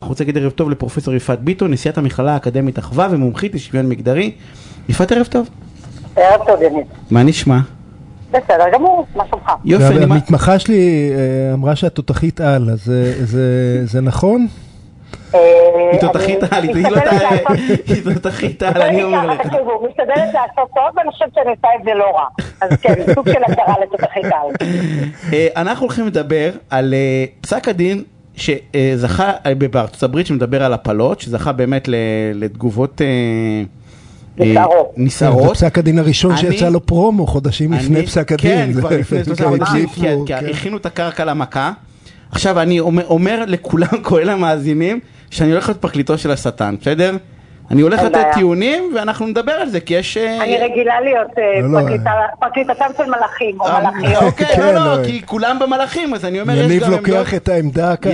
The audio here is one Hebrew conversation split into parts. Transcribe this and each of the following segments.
אנחנו רוצה להגיד ערב טוב לפרופסור יפעת ביטון, נשיאת המכללה האקדמית אחווה ומומחית לשוויון מגדרי. יפעת, ערב טוב. ערב טוב, יניב. מה נשמע? בסדר גמור, מה שלומך? יופי, המתמחה שלי אמרה שאת תותחית על, אז זה נכון? היא תותחית על, היא תותחית על, אני אומר לך. משתדלת לעשות טוב, ואני חושבת שאני עושה את זה לא רע. אז כן, סוג של הגדרה לתותחית על. אנחנו הולכים לדבר על פסק הדין שזכה בארצות הברית, שמדבר על הפלות, שזכה באמת לתגובות נסערות. זה פסק הדין הראשון שיצא לו פרומו חודשים לפני פסק הדין. כן, כבר לפני 3 חודשים, הכינו את הקרקע למכה. עכשיו אני אומר לכולם, כולל המאזינים, שאני הולך להיות פרקליטו של השטן, בסדר? אני הולך לתת טיעונים ואנחנו נדבר על זה, כי יש... אני רגילה להיות פרקליטתם של מלאכים או מלאכיות. אוקיי, לא, כי כולם במלאכים, אז אני אומר... יניב לוקח את העמדה כאן...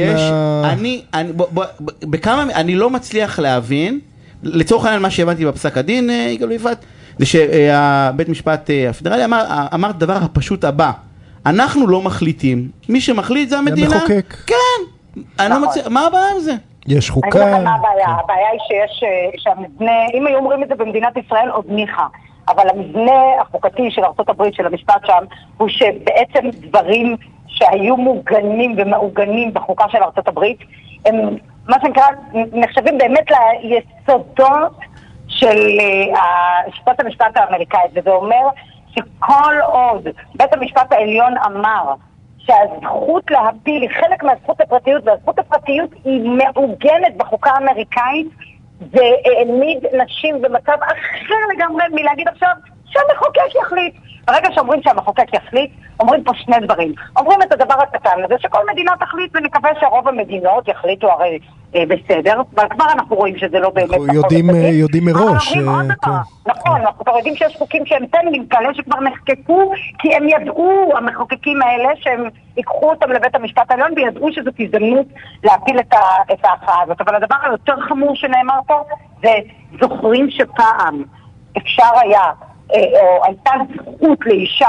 אני לא מצליח להבין, לצורך העניין מה שהבנתי בפסק הדין, יגאל ויפעת, זה שבית משפט הפדרלי אמר דבר הפשוט הבא, אנחנו לא מחליטים, מי שמחליט זה המדינה. זה מחוקק. כן, מה הבעיה עם זה? יש חוקה. אני לא יודע מה הבעיה, הבעיה היא שהמבנה, אם היו אומרים את זה במדינת ישראל עוד ניחה, אבל המבנה החוקתי של ארצות הברית, של המשפט שם, הוא שבעצם דברים שהיו מוגנים ומעוגנים בחוקה של ארצות הברית, הם מה שנקרא נחשבים באמת ליסודות של שיטת המשפט האמריקאית, וזה אומר שכל עוד בית המשפט העליון אמר שהזכות להפיל היא חלק מהזכות לפרטיות, והזכות לפרטיות היא מעוגנת בחוקה האמריקאית, זה העמיד נשים במצב אחר לגמרי מלהגיד עכשיו שהמחוקק יחליט. ברגע שאומרים שהמחוקק יחליט, אומרים פה שני דברים. אומרים את הדבר הקטן הזה שכל מדינה תחליט, ונקווה שרוב המדינות יחליטו הרי בסדר, אבל כבר אנחנו רואים שזה לא באמת נכון. יודעים מראש. נכון, אנחנו כבר יודעים שיש חוקים שהם טנדים כאלה שכבר נחקקו, כי הם ידעו, המחוקקים האלה, שהם ייקחו אותם לבית המשפט העליון, וידעו שזאת הזדמנות להפיל את ההכרעה הזאת. אבל הדבר היותר חמור שנאמר פה, זה זוכרים שפעם אפשר היה, או הייתה זכות לאישה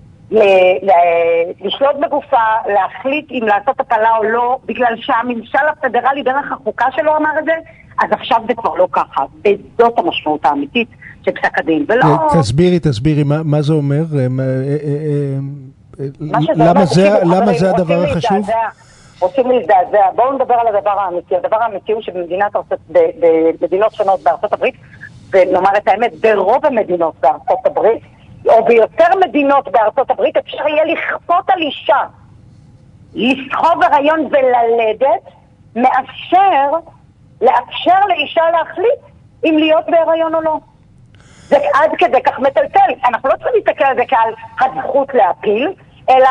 לשלוט בגופה, להחליט אם לעשות הפלה או לא, בגלל שהממשל הפדרלי דרך החוקה שלו אמר את זה, אז עכשיו זה כבר לא ככה. וזאת המשמעות האמיתית של פסק הדין. תסבירי, מה זה אומר? למה זה הדבר החשוב? רוצים להזדעזע. בואו נדבר על הדבר האמיתי. הדבר האמיתי הוא שבמדינות שונות בארצות הברית, ונאמר את האמת, ברוב המדינות בארצות הברית, או ביותר מדינות בארצות הברית, אפשר יהיה לכפות על אישה לסחוב הריון וללדת, לאפשר לאישה להחליט אם להיות בהיריון או לא. זה עד כדי כך מטלטל. אנחנו לא צריכים להסתכל על זה כעל הזכות להפיל, אלא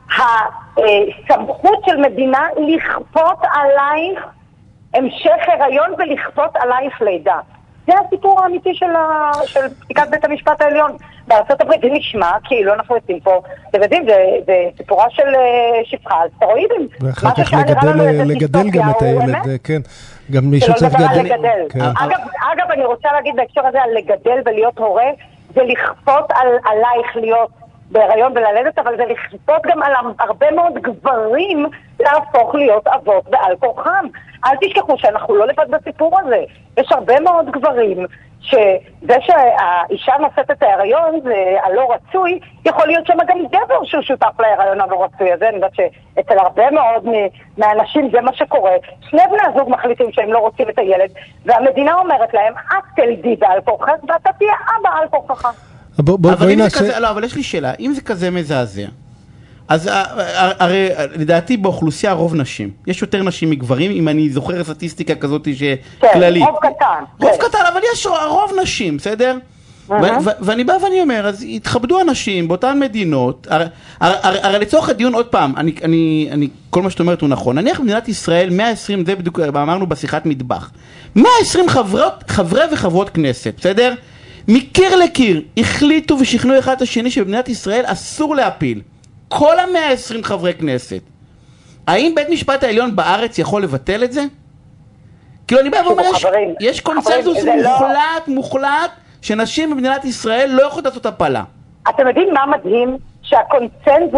הסמכות של מדינה לכפות עלייך המשך הריון ולכפות עלייך לידה. זה הסיפור האמיתי של פסיקת בית המשפט העליון. בארצות הברית זה נשמע כאילו אנחנו יוצאים פה, אתם יודעים, זה סיפורה של שפחה על סטרואידים. ואחר כך לגדל גם את הילד, כן. גם מישהו צריך לגדל. אגב, אני רוצה להגיד בהקשר הזה על לגדל ולהיות הורה, זה לכפות עלייך להיות בהיריון וללדת, אבל זה לכפות גם על הרבה מאוד גברים להפוך להיות אבות בעל כורחם. אל תשכחו שאנחנו לא לבד בסיפור הזה. יש הרבה מאוד גברים שזה שהאישה נושאת את ההיריון זה הלא רצוי, יכול להיות שם גם גבר שהוא שותף להיריון הלא רצוי הזה. אני יודעת שאצל הרבה מאוד מהאנשים זה מה שקורה. שני בני הזוג מחליטים שהם לא רוצים את הילד, והמדינה אומרת להם, את תלדי בעל כורחך ואתה תהיה אבא על כורחך. אבל יש לי שאלה, אם זה כזה מזעזע, אז הרי לדעתי באוכלוסייה רוב נשים, יש יותר נשים מגברים, אם אני זוכר סטטיסטיקה כזאת שכללית. כן, רוב קטן. רוב קטן, אבל יש רוב נשים, בסדר? ואני בא ואני אומר, אז יתכבדו אנשים באותן מדינות, הרי לצורך הדיון עוד פעם, כל מה שאת אומרת הוא נכון, נניח במדינת ישראל 120, זה בדיוק אמרנו בשיחת מטבח, 120 חברי וחברות כנסת, בסדר? מקיר לקיר החליטו ושכנעו אחד את השני שבמדינת ישראל אסור להפיל. כל 120 חברי כנסת. האם בית משפט העליון בארץ יכול לבטל את זה? כאילו אני בא ואומר, יש קונצנזוס מוחלט שנשים במדינת ישראל לא יכולות לעשות הפלה. אתם יודעים מה מדהים? שהקונצנזוס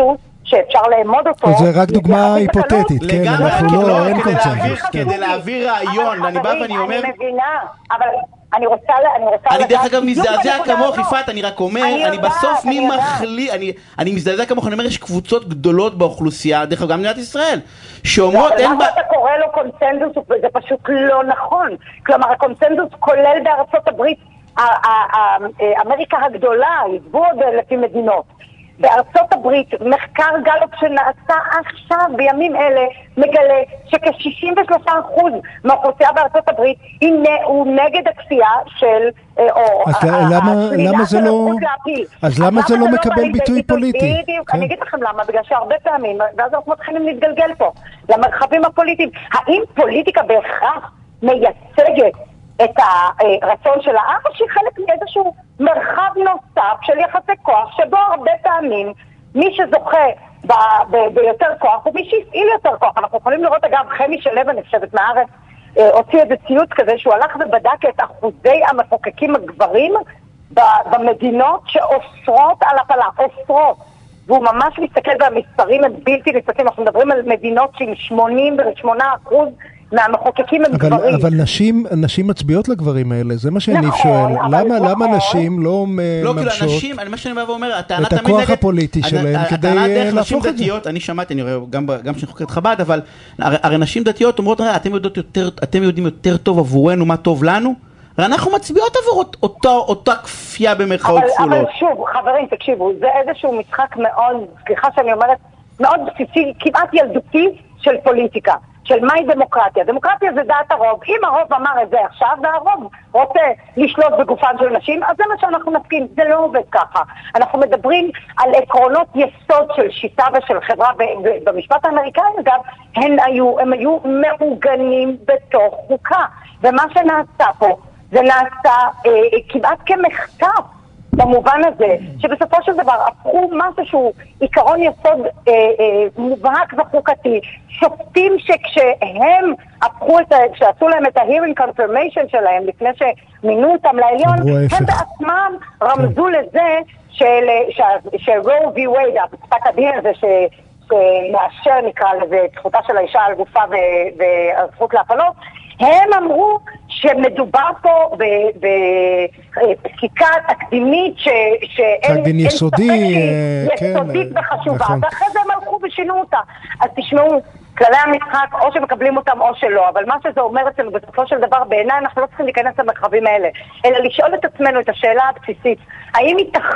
שאפשר לאמוד אותו. זה רק דוגמה היפותטית, כן, אנחנו לא, אין קונצנזוס. כדי להעביר רעיון, אני בא ואני אומר... אני מבינה, אבל אני רוצה... אני דרך אגב מזדעזע כמוך, יפעת, אני רק אומר, אני בסוף מי מחליט, אני מזדעזע כמוך, אני אומר, יש קבוצות גדולות באוכלוסייה, דרך אגב גם במדינת ישראל, שאומרות אין בה... מה שאתה קורא לו קונצנזוס, זה פשוט לא נכון. כלומר, הקונצנזוס כולל בארצות הברית, אמריקה הגדולה, יגבו עוד לפי מדינות. בארצות הברית, מחקר גלופ שנעשה עכשיו בימים אלה, מגלה שכ-63% מהאוכלוסייה בארצות הברית הוא נגד הכפייה של... אז למה זה לא מקבל ביטוי פוליטי? בדיוק, אני אגיד לכם למה, בגלל שהרבה פעמים, ואז אנחנו מתחילים להתגלגל פה, למרחבים הפוליטיים. האם פוליטיקה בהכרח מייצגת את הרצון של העם, או שהיא חלק מאיזשהו מרחב נוסף של יחסי כוח, שבו הרבה פעמים מי שזוכה ביותר כוח, הוא מי שהפעיל יותר כוח. אנחנו יכולים לראות, אגב, חמי שלו, אני חושבת, מהארץ, הוציא איזה ציוץ כזה, שהוא הלך ובדק את אחוזי המחוקקים הגברים במדינות שאוסרות על הפלה, אוסרות. והוא ממש מסתכל במספרים, הם בלתי נסתכלים, אנחנו מדברים על מדינות עם 88% מהמחוקקים הם גברים. אבל נשים מצביעות לגברים האלה, זה מה שאני שואל. למה נשים לא מרשות מה שאני בא ואומר, את הכוח הפוליטי שלהם כדי להפוך את זה? אני שמעתי, אני רואה גם שאני חוקרת חב"ד, אבל הרי נשים דתיות אומרות, אתם יודעים יותר טוב עבורנו מה טוב לנו? הרי אנחנו מצביעות עבור אותה כפייה במרכאות כפולות. אבל שוב, חברים, תקשיבו, זה איזשהו משחק מאוד, סליחה שאני אומרת, מאוד בסיסי, כמעט ילדותי של פוליטיקה. של מהי דמוקרטיה. דמוקרטיה זה דעת הרוב. אם הרוב אמר את זה עכשיו, והרוב רוצה לשלוט בגופן של נשים, אז זה מה שאנחנו נסכים. זה לא עובד ככה. אנחנו מדברים על עקרונות יסוד של שיטה ושל חברה, ובמשפט האמריקאי, אגב, הם היו מעוגנים בתוך חוקה. ומה שנעשה פה, זה נעשה כמעט כמחטף. במובן הזה, שבסופו של דבר הפכו משהו שהוא עיקרון יסוד מובהק וחוקתי, שופטים שכשהם הפכו כשעשו להם את ה-hearing confirmation שלהם לפני שמינו אותם לעליון, הם בעצמם רמזו לזה ש-Roe v. Wade, הפסק הדין הזה שמאשר נקרא לזה זכותה של האישה על גופה והזכות להפלות, הם אמרו שמדובר פה בפסיקה תקדימית שאין יסודית וחשובה, ואחרי זה הם הלכו ושינו אותה. אז תשמעו, כללי המשחק או שמקבלים אותם או שלא, אבל מה שזה אומר אצלנו בסופו של דבר, בעיניי אנחנו לא צריכים להיכנס למרחבים האלה, אלא לשאול את עצמנו את השאלה הבסיסית, האם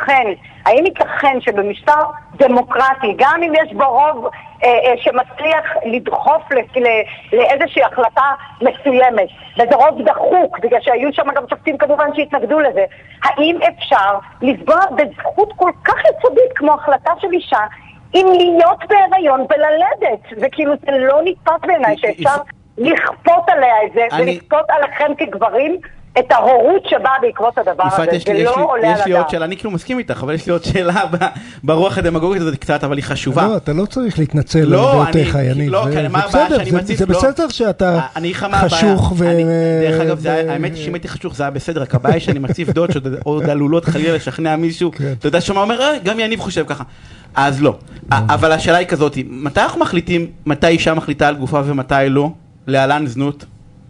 ייתכן שבמשטר דמוקרטי, גם אם יש בו רוב שמצליח לדחוף לאיזושהי החלטה מסוימת, וזה רוב דחוק, בגלל שהיו שם גם שופטים כמובן שהתנגדו לזה, האם אפשר לפגוע בזכות כל כך יסודית כמו החלטה של אישה, אם להיות בהיריון וללדת? וכאילו זה לא נתפס בעיניי שאפשר לכפות עליה את זה, ולכפות עליכם כגברים את ההורות שבאה בעקבות הדבר הזה. זה לא עולה על הדעת. יש לי עוד שאלה, אני כאילו מסכים איתך, אבל יש לי עוד שאלה ברוח הדמוגוגית הזאת קצת, אבל היא חשובה. לא, אתה לא צריך להתנצל על דעותיך, יניב. זה בסדר שאתה חשוך דרך אגב, האמת היא שאם הייתי חשוך זה היה בסדר, רק הבעיה שאני מציף דעות שעוד עלולות חלילה לשכנע מישהו, אתה יודע שמה אומר, גם יניב חושב ככה. אז לא. אבל השאלה היא כזאת, מתי אנחנו מחליטים, מתי אישה מחליטה על גופה ומתי לא? להלן זנות?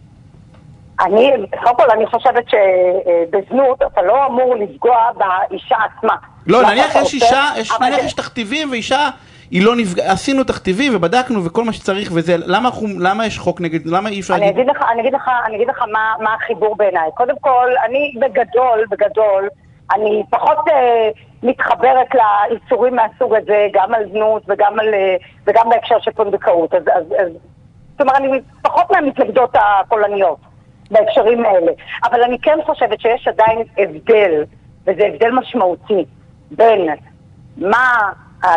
אני חושבת שבזנות אתה לא אמור לפגוע באישה עצמה. לא, נניח יש תכתיבים ואישה היא לא נפגעה, עשינו תכתיבים ובדקנו וכל מה שצריך וזה, למה יש חוק נגד, למה אי אפשר... אני אגיד לך מה החיבור בעיניי. קודם כל, אני בגדול, אני פחות מתחברת לאיסורים מהסוג הזה, גם על זנות וגם בהקשר של פונדקאות. אז זאת אומרת, אני פחות מהמתנגדות הקולניות בהקשרים האלה. אבל אני כן חושבת שיש עדיין הבדל, וזה הבדל משמעותי, בין מה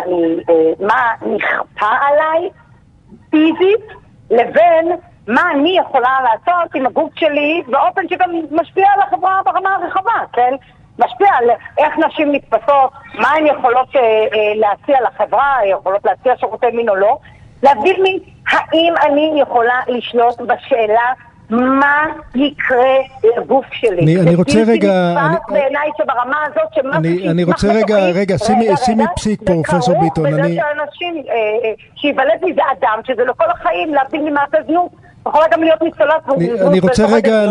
נכפה עליי פיזית, לבין מה אני יכולה לעשות עם הגוף שלי, באופן שגם משפיע על החברה ברמה הרחבה, כן? משפיע על איך נשים נתפסות, מה הן יכולות להציע לחברה, יכולות להציע שירותי מין או לא, להבדיל האם אני יכולה לשלוט בשאלה מה יקרה לגוף שלי? אני רוצה רגע... בעיניי שברמה הזאת אני רוצה רגע, שימי פסיק פרופסור ביטון. וזה שאנשים, שיוולד מזה אדם, שזה לכל החיים, להבדיל ממעשה זנות, יכולה גם להיות ניצולת. אני רוצה רגע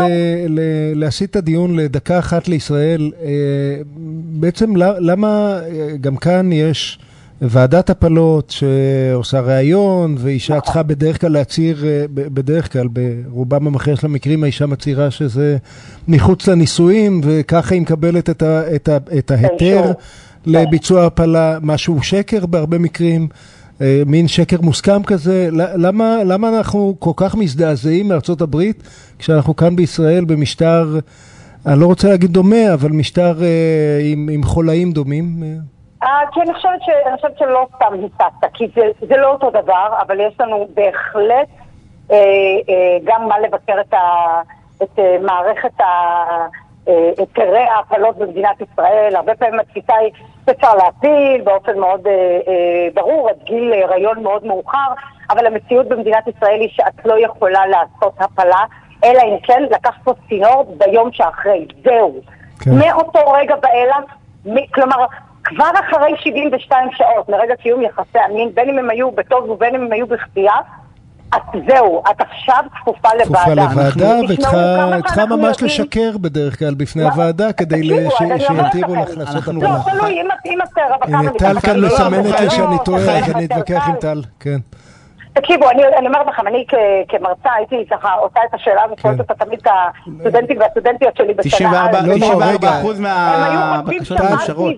להסיט את הדיון לדקה אחת לישראל. בעצם למה גם כאן יש ועדת הפלות שעושה ראיון, ואישה צריכה בדרך כלל להצהיר, בדרך כלל ברובם המכריע של המקרים האישה מצהירה שזה מחוץ לנישואים, וככה היא מקבלת את ההיתר לביצוע הפלה, משהו שקר בהרבה מקרים, מין שקר מוסכם כזה. למה אנחנו כל כך מזדעזעים מארצות הברית, כשאנחנו כאן בישראל במשטר, אני לא רוצה להגיד דומה, אבל משטר עם חולאים דומים? כי אני חושבת שלא סתם היססת, כי זה לא אותו דבר, אבל יש לנו בהחלט גם מה לבקר את מערכת היתרי ההפלות במדינת ישראל. הרבה פעמים התפיסה היא אפשר להפיל באופן מאוד ברור, את גיל הריון מאוד מאוחר, אבל המציאות במדינת ישראל היא שאת לא יכולה לעשות הפלה, אלא אם כן לקח פה צינור ביום שאחרי, זהו. מאותו רגע באילת, כלומר, כבר אחרי 72 שעות, מרגע קיום יחסי המין, בין אם הם היו בטוב ובין אם הם היו בכפייה, זהו, את עכשיו כפופה לוועדה. וצריכה ממש לשקר בדרך כלל בפני הוועדה, כדי שיתירו לך לעשות הפלה. לא, תלוי, אם את רווקה... טל כאן מסמנת לי שאני טועה, אז אני אתווכח עם טל, כן. תקשיבו, אני אומרת לכם, אני כמרצה הייתי ככה עושה את השאלה ושואלת אותה תמיד את הסטודנטים והסטודנטיות שלי בשנה. 94% מהבקשות המאושרות.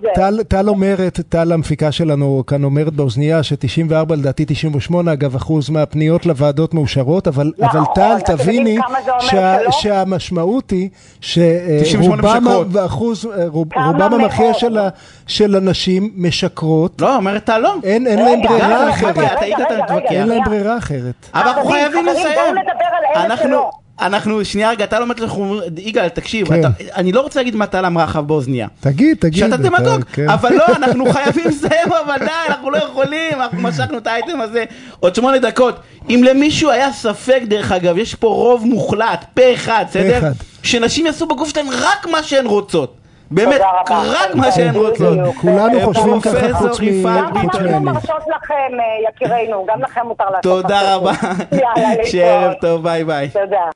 טל המפיקה שלנו כאן אומרת באוזנייה ש94 לדעתי 98 אגב אחוז מהפניות לוועדות מאושרות, אבל טל תביני שהמשמעות היא שרובם המכריע של אנשים משקרות. לא, אומרת טל לא. אין להם ברירה אחרת. אין להם ברירה אחרת. אבל אנחנו חייבים לסיים. אנחנו, שנייה רגע, אתה לא אומרת לך, יגאל, תקשיב, אני לא רוצה להגיד מה טל אמרה אחריו באוזניה. תגיד. שאתה תמדוק, אבל לא, אנחנו חייבים לסיים, אבל די, אנחנו לא יכולים, אנחנו משכנו את האייטם הזה. עוד 8 דקות. אם למישהו היה ספק, דרך אגב, יש פה רוב מוחלט, פה אחד, בסדר? שנשים יעשו בגוף שלהם רק מה שהן רוצות. באמת, רק מה שהן רוצות. כולנו חושבים ככה חוץ ממני. אנחנו מרשות לכם, יקירינו, גם לכם מותר לעשות. תודה רבה. שערב טוב, ביי ביי. תודה.